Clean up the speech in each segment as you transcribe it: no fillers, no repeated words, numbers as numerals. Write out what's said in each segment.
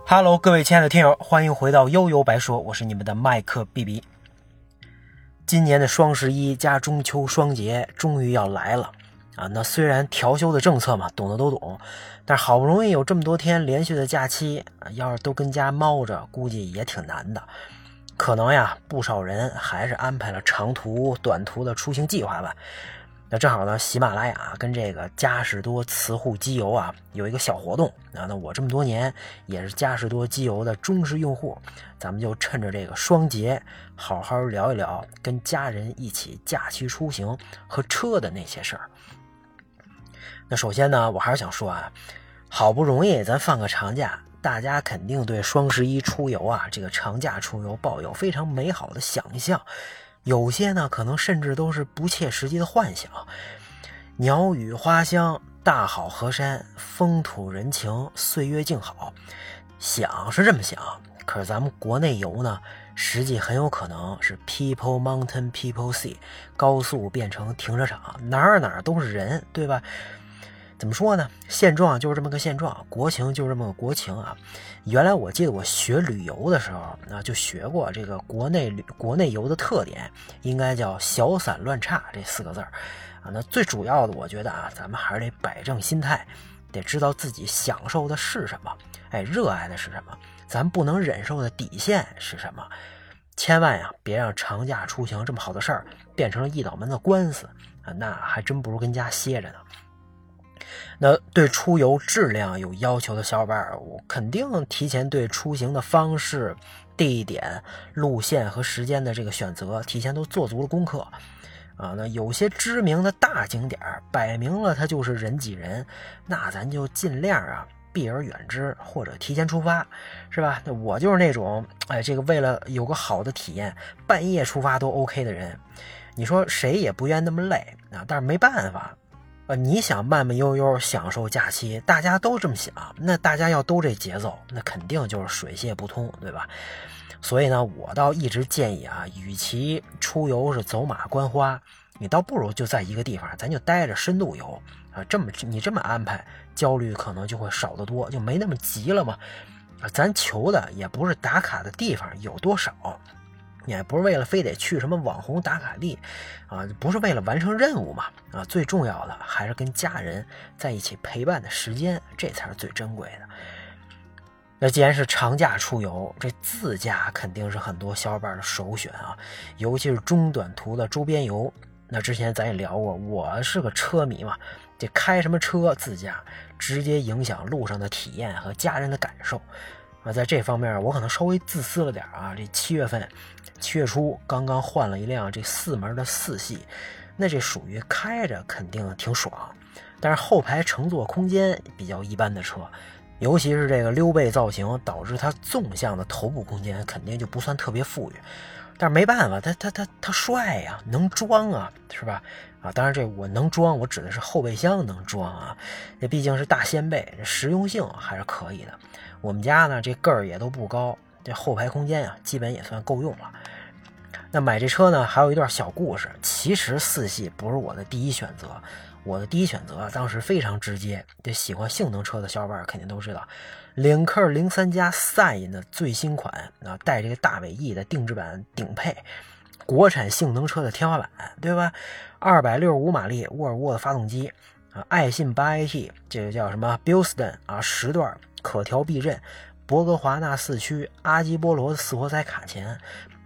Hello， 各位亲爱的听友，欢迎回到悠悠白说，我是你们的麦克 BB。今年的双11加中秋双节终于要来了啊！那虽然调休的政策嘛，懂的都懂，但是好不容易有这么多天连续的假期啊，要是都跟家猫着，估计也挺难的。可能呀，不少人还是安排了长途、短途的出行计划吧。那正好呢，喜马拉雅跟这个嘉实多磁护机油啊有一个小活动啊。那我这么多年也是嘉实多机油的忠实用户，咱们就趁着这个双节，好好聊一聊跟家人一起假期出行和车的那些事儿。那首先呢，我还是想说啊，好不容易咱放个长假，大家肯定对双11出游啊，这个长假出游抱有非常美好的想象。有些呢，可能甚至都是不切实际的幻想。鸟语花香，大好河山，风土人情，岁月静好。想是这么想，可是咱们国内游呢，实际很有可能是 People Mountain People Sea， 高速变成停车场，哪儿都是人，对吧？怎么说呢？现状就是这么个现状，国情就是这么个国情啊。原来我记得我学旅游的时候啊，就学过这个国内游的特点，应该叫小散乱差这4个字啊。那最主要的，我觉得啊，咱们还是得摆正心态，得知道自己享受的是什么，热爱的是什么，咱不能忍受的底线是什么。千万呀，别让长假出行这么好的事儿变成了一脑门子官司啊，那还真不如跟家歇着呢。那对出游质量有要求的小伙伴，我肯定提前对出行的方式、地点、路线和时间的这个选择提前都做足了功课啊。那有些知名的大景点摆明了它就是人挤人，那咱就尽量啊避而远之，或者提前出发，是吧？那我就是那种这个为了有个好的体验，半夜出发都 OK 的人。你说谁也不愿那么累啊，但是没办法。你想慢慢悠悠享受假期，大家都这么想，那大家要都这节奏，那肯定就是水泄不通，对吧？所以呢，我倒一直建议啊，与其出游是走马观花，你倒不如就在一个地方，咱就待着深度游啊。你这么安排，焦虑可能就会少得多，就没那么急了嘛。咱求的也不是打卡的地方有多少，也不是为了非得去什么网红打卡地啊，不是为了完成任务嘛啊，最重要的还是跟家人在一起陪伴的时间，这才是最珍贵的。那既然是长假出游，这自驾肯定是很多小伙伴的首选啊，尤其是中短途的周边游。那之前咱也聊过，我是个车迷嘛，这开什么车自驾，直接影响路上的体验和家人的感受啊。在这方面我可能稍微自私了点啊，这7月初刚刚换了一辆这4门的4系，那这属于开着肯定挺爽，但是后排乘坐空间比较一般的车，尤其是这个溜背造型导致它纵向的头部空间肯定就不算特别富裕。但是没办法，他帅呀，能装啊，是吧？啊，当然这我能装，我指的是后备箱能装啊，这毕竟是大掀背，实用性还是可以的。我们家呢这个儿也都不高，这后排空间啊基本也算够用了。那买这车呢还有一段小故事，其实4系不是我的第一选择，我的第一选择当时非常直接，这喜欢性能车的小伙伴肯定都知道，领克03加 Sign 的最新款啊，带这个大尾翼的定制版顶配，国产性能车的天花板，对吧？265马力沃尔沃的发动机啊，爱信 8AT 这个叫什么 Bilston 啊，10段可调避震，博格华纳4驱，阿基波罗的4活塞卡钳，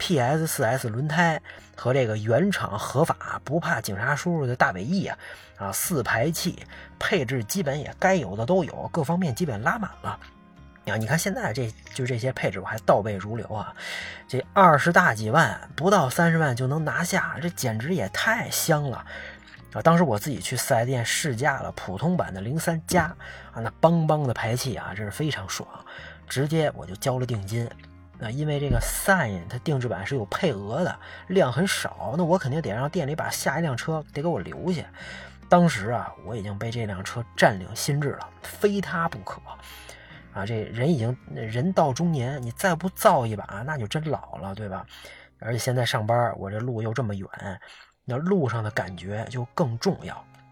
PS4S 轮胎和这个原厂合法不怕警察叔叔的大尾翼啊，4排气，配置基本也该有的都有，各方面基本拉满了啊。你看现在这些配置我还倒背如流啊，这20大几万不到30万就能拿下，这简直也太香了啊！当时我自己去4S店试驾了普通版的03加啊，那邦邦的排气啊，真是非常爽，直接我就交了定金。那因为这个 Sign 它定制版是有配额的，量很少，那我肯定得让店里把下一辆车得给我留下。当时啊，我已经被这辆车占领心智了，非它不可啊！这人到中年，你再不造一把，那就真老了，对吧？而且现在上班，我这路又这么远，那路上的感觉就更重要。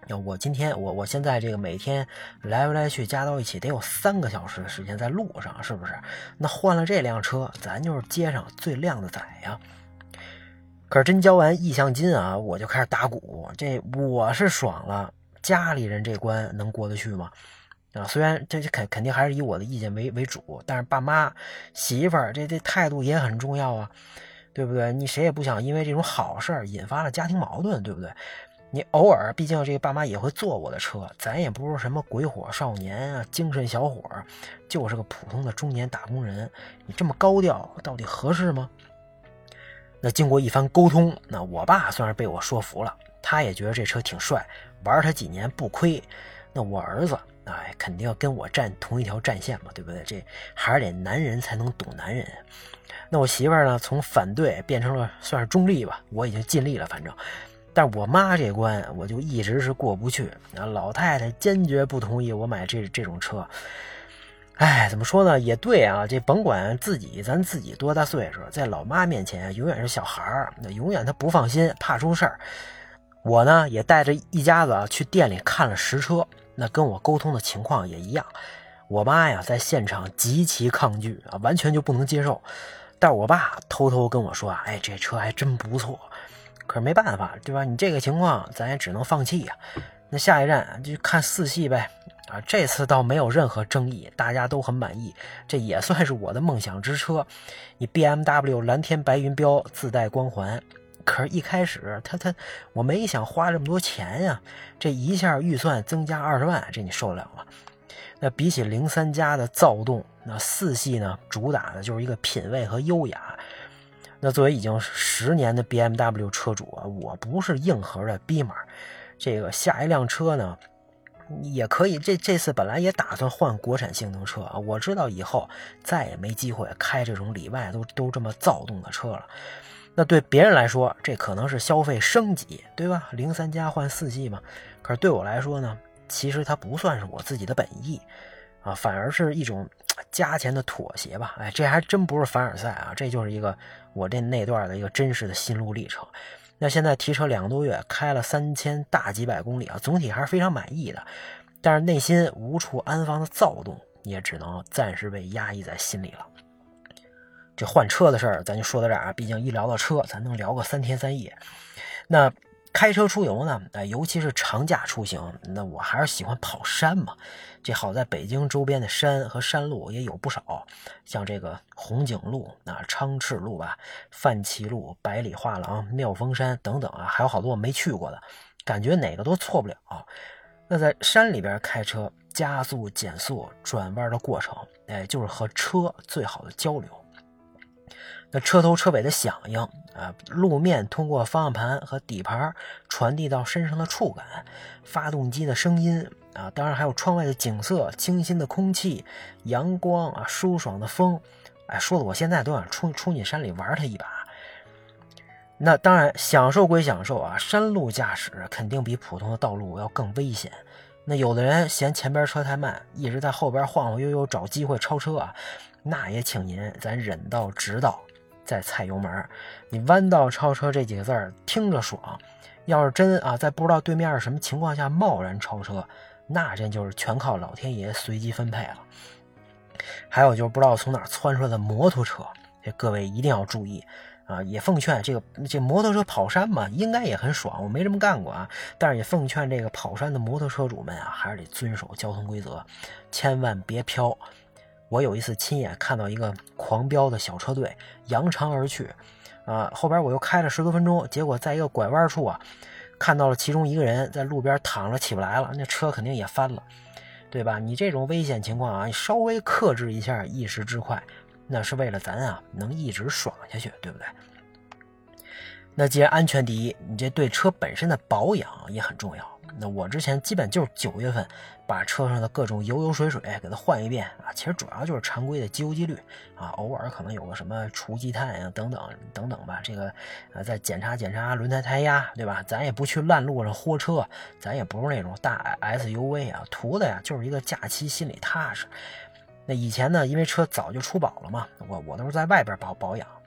我今天我现在这个每天来回来去加到一起得有3个小时的时间在路上，是不是？那换了这辆车，咱就是街上最靓的仔呀。可是真交完意向金啊，我就开始打鼓。这我是爽了，家里人这关能过得去吗？虽然这肯定还是以我的意见为主，但是爸妈媳妇儿这态度也很重要啊，对不对？你谁也不想因为这种好事引发了家庭矛盾，对不对？你偶尔毕竟这个爸妈也会坐我的车，咱也不是什么鬼火少年啊，精神小伙，就是个普通的中年打工人，你这么高调到底合适吗？那经过一番沟通，那我爸算是被我说服了，他也觉得这车挺帅，玩他几年不亏。那我儿子肯定要跟我站同一条战线嘛，对不对？这还是得男人才能懂男人。那我媳妇儿呢，从反对变成了算是中立吧，我已经尽力了，反正。但我妈这关我就一直是过不去，老太太坚决不同意我买这种车。怎么说呢？也对啊，这甭管咱自己多大岁数，在老妈面前永远是小孩儿，那永远她不放心，怕出事儿。我呢也带着一家子去店里看了实车，那跟我沟通的情况也一样。我妈呀在现场极其抗拒啊，完全就不能接受。但是我爸偷偷跟我说这车还真不错。可是没办法，对吧？你这个情况咱也只能放弃呀。那下一站就看4系呗。这次倒没有任何争议，大家都很满意，这也算是我的梦想之车。你 BMW 蓝天白云标自带光环，可是一开始我没想花这么多钱呀，这一下预算增加20万，这你受得了吗？那比起03加的躁动，那4系呢主打的就是一个品味和优雅。那作为已经10年的 BMW 车主我不是硬核的逼马，这个下一辆车呢也可以，这次本来也打算换国产性能车我知道以后再也没机会开这种里外都这么躁动的车了。那对别人来说这可能是消费升级，对吧？03加换4系嘛。可是对我来说呢，其实它不算是我自己的本意反而是一种加钱的妥协吧。这还真不是凡尔赛这就是一个我那段的一个真实的心路历程。那现在提车2个多月，开了3000大几百公里总体还是非常满意的，但是内心无处安放的躁动也只能暂时被压抑在心里了。这换车的事儿咱就说到这儿毕竟一聊到车咱能聊个3天3夜。那开车出游呢尤其是长假出行，那我还是喜欢跑山嘛。这好在北京周边的山和山路也有不少，像这个红景路昌赤路吧，范齐路、百里画廊、妙峰山等等还有好多我没去过的，感觉哪个都错不了。那在山里边开车，加速减速转弯的过程就是和车最好的交流。那车头车尾的响应路面通过方向盘和底盘传递到身上的触感，发动机的声音当然还有窗外的景色，清新的空气，阳光舒爽的风，说的我现在都想出进山里玩它一把。那当然享受归享受山路驾驶肯定比普通的道路要更危险。那有的人嫌前边车太慢，一直在后边晃晃悠悠找机会超车那也请您咱忍到直道再踩油门。你弯道超车这几个字听着爽，要是真在不知道对面是什么情况下贸然超车，那真就是全靠老天爷随机分配了。还有就是不知道从哪窜出来的摩托车，这各位一定要注意也奉劝这摩托车跑山嘛，应该也很爽，我没这么干过但是也奉劝这个跑山的摩托车主们还是得遵守交通规则，千万别飘。我有一次亲眼看到一个狂飙的小车队扬长而去后边我又开了10多分钟，结果在一个拐弯处看到了其中一个人在路边躺着起不来了，那车肯定也翻了，对吧？你这种危险情况你稍微克制一下一时之快，那是为了咱能一直爽下去，对不对？那既然安全第一，你这对车本身的保养也很重要。那我之前基本就是9月份把车上的各种油水给它换一遍其实主要就是常规的机油机滤偶尔可能有个什么除积碳等等吧，这个再检查轮胎胎压，对吧？咱也不去烂路上豁车，咱也不是那种大 SUV 图的就是一个假期心里踏实。那以前呢，因为车早就出保了嘛，我都是在外边保养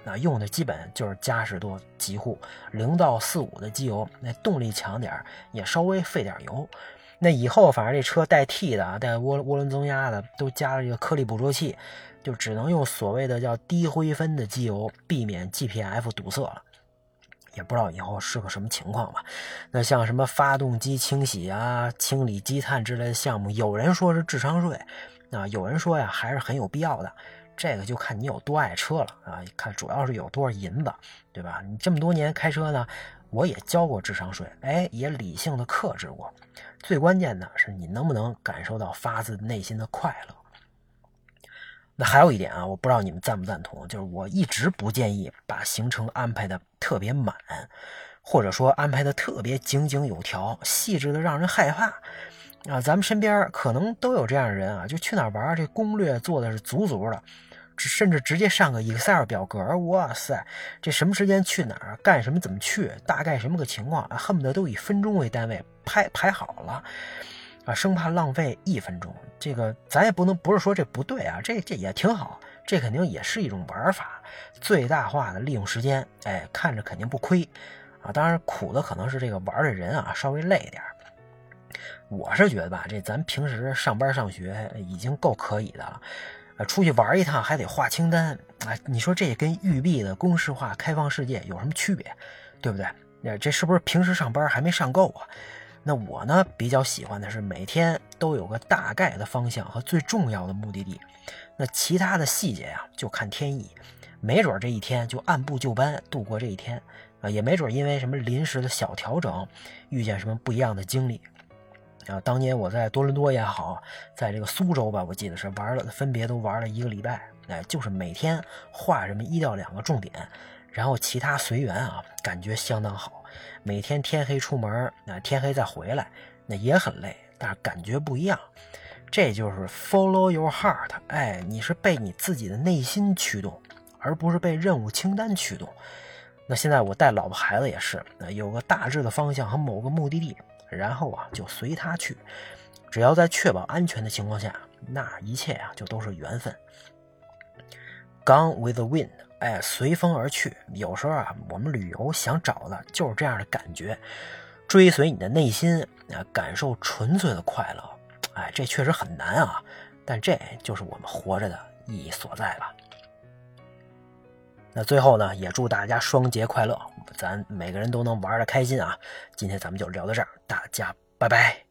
啊，用的基本就是嘉实多极护0到45的机油，那动力强点也稍微费点油。那以后反正这车带 T 的带涡轮增压的都加了这个颗粒捕捉器，就只能用所谓的叫低灰分的机油，避免 GPF 堵塞了。也不知道以后是个什么情况吧。那像什么发动机清洗啊、清理积碳之类的项目，有人说是智商税啊，有人说呀还是很有必要的。这个就看你有多爱车了啊，看主要是有多少银子，对吧？你这么多年开车呢，我也交过智商税，也理性的克制过。最关键的是你能不能感受到发自内心的快乐。那还有一点啊，我不知道你们赞不赞同，就是我一直不建议把行程安排的特别满，或者说安排的特别井井有条，细致的让人害怕啊。咱们身边可能都有这样的人啊，就去哪儿玩，这攻略做的是足足的，甚至直接上个 Excel 表格，哇塞，这什么时间去哪儿，干什么，怎么去，大概什么个情况，恨不得都以分钟为单位排好了啊，生怕浪费1分钟。这个咱也不是说这不对啊，这也挺好，这肯定也是一种玩法，最大化的利用时间，看着肯定不亏啊。当然苦的可能是这个玩的人啊，稍微累一点。我是觉得吧，这咱平时上班上学已经够可以的了，出去玩一趟还得画清单啊，你说这跟育碧的公式化开放世界有什么区别，对不对？这是不是平时上班还没上够啊？那我呢比较喜欢的是每天都有个大概的方向和最重要的目的地，那其他的细节呀就看天意，没准这一天就按部就班度过这一天啊，也没准因为什么临时的小调整遇见什么不一样的经历啊。当年我在多伦多也好，在这个苏州吧，我记得是分别都玩了1个礼拜，就是每天画这么1到2个重点，然后其他随缘啊，感觉相当好。每天天黑出门，天黑再回来，那也很累，但是感觉不一样。这就是 follow your heart， 你是被你自己的内心驱动，而不是被任务清单驱动。那现在我带老婆孩子也是，有个大致的方向和某个目的地，然后啊就随他去，只要在确保安全的情况下，那一切啊就都是缘分。Gone with the wind，随风而去。有时候啊，我们旅游想找的就是这样的感觉，追随你的内心，感受纯粹的快乐。这确实很难啊，但这就是我们活着的意义所在吧。那最后呢，也祝大家双节快乐，咱每个人都能玩得开心啊。今天咱们就聊到这儿，大家拜拜。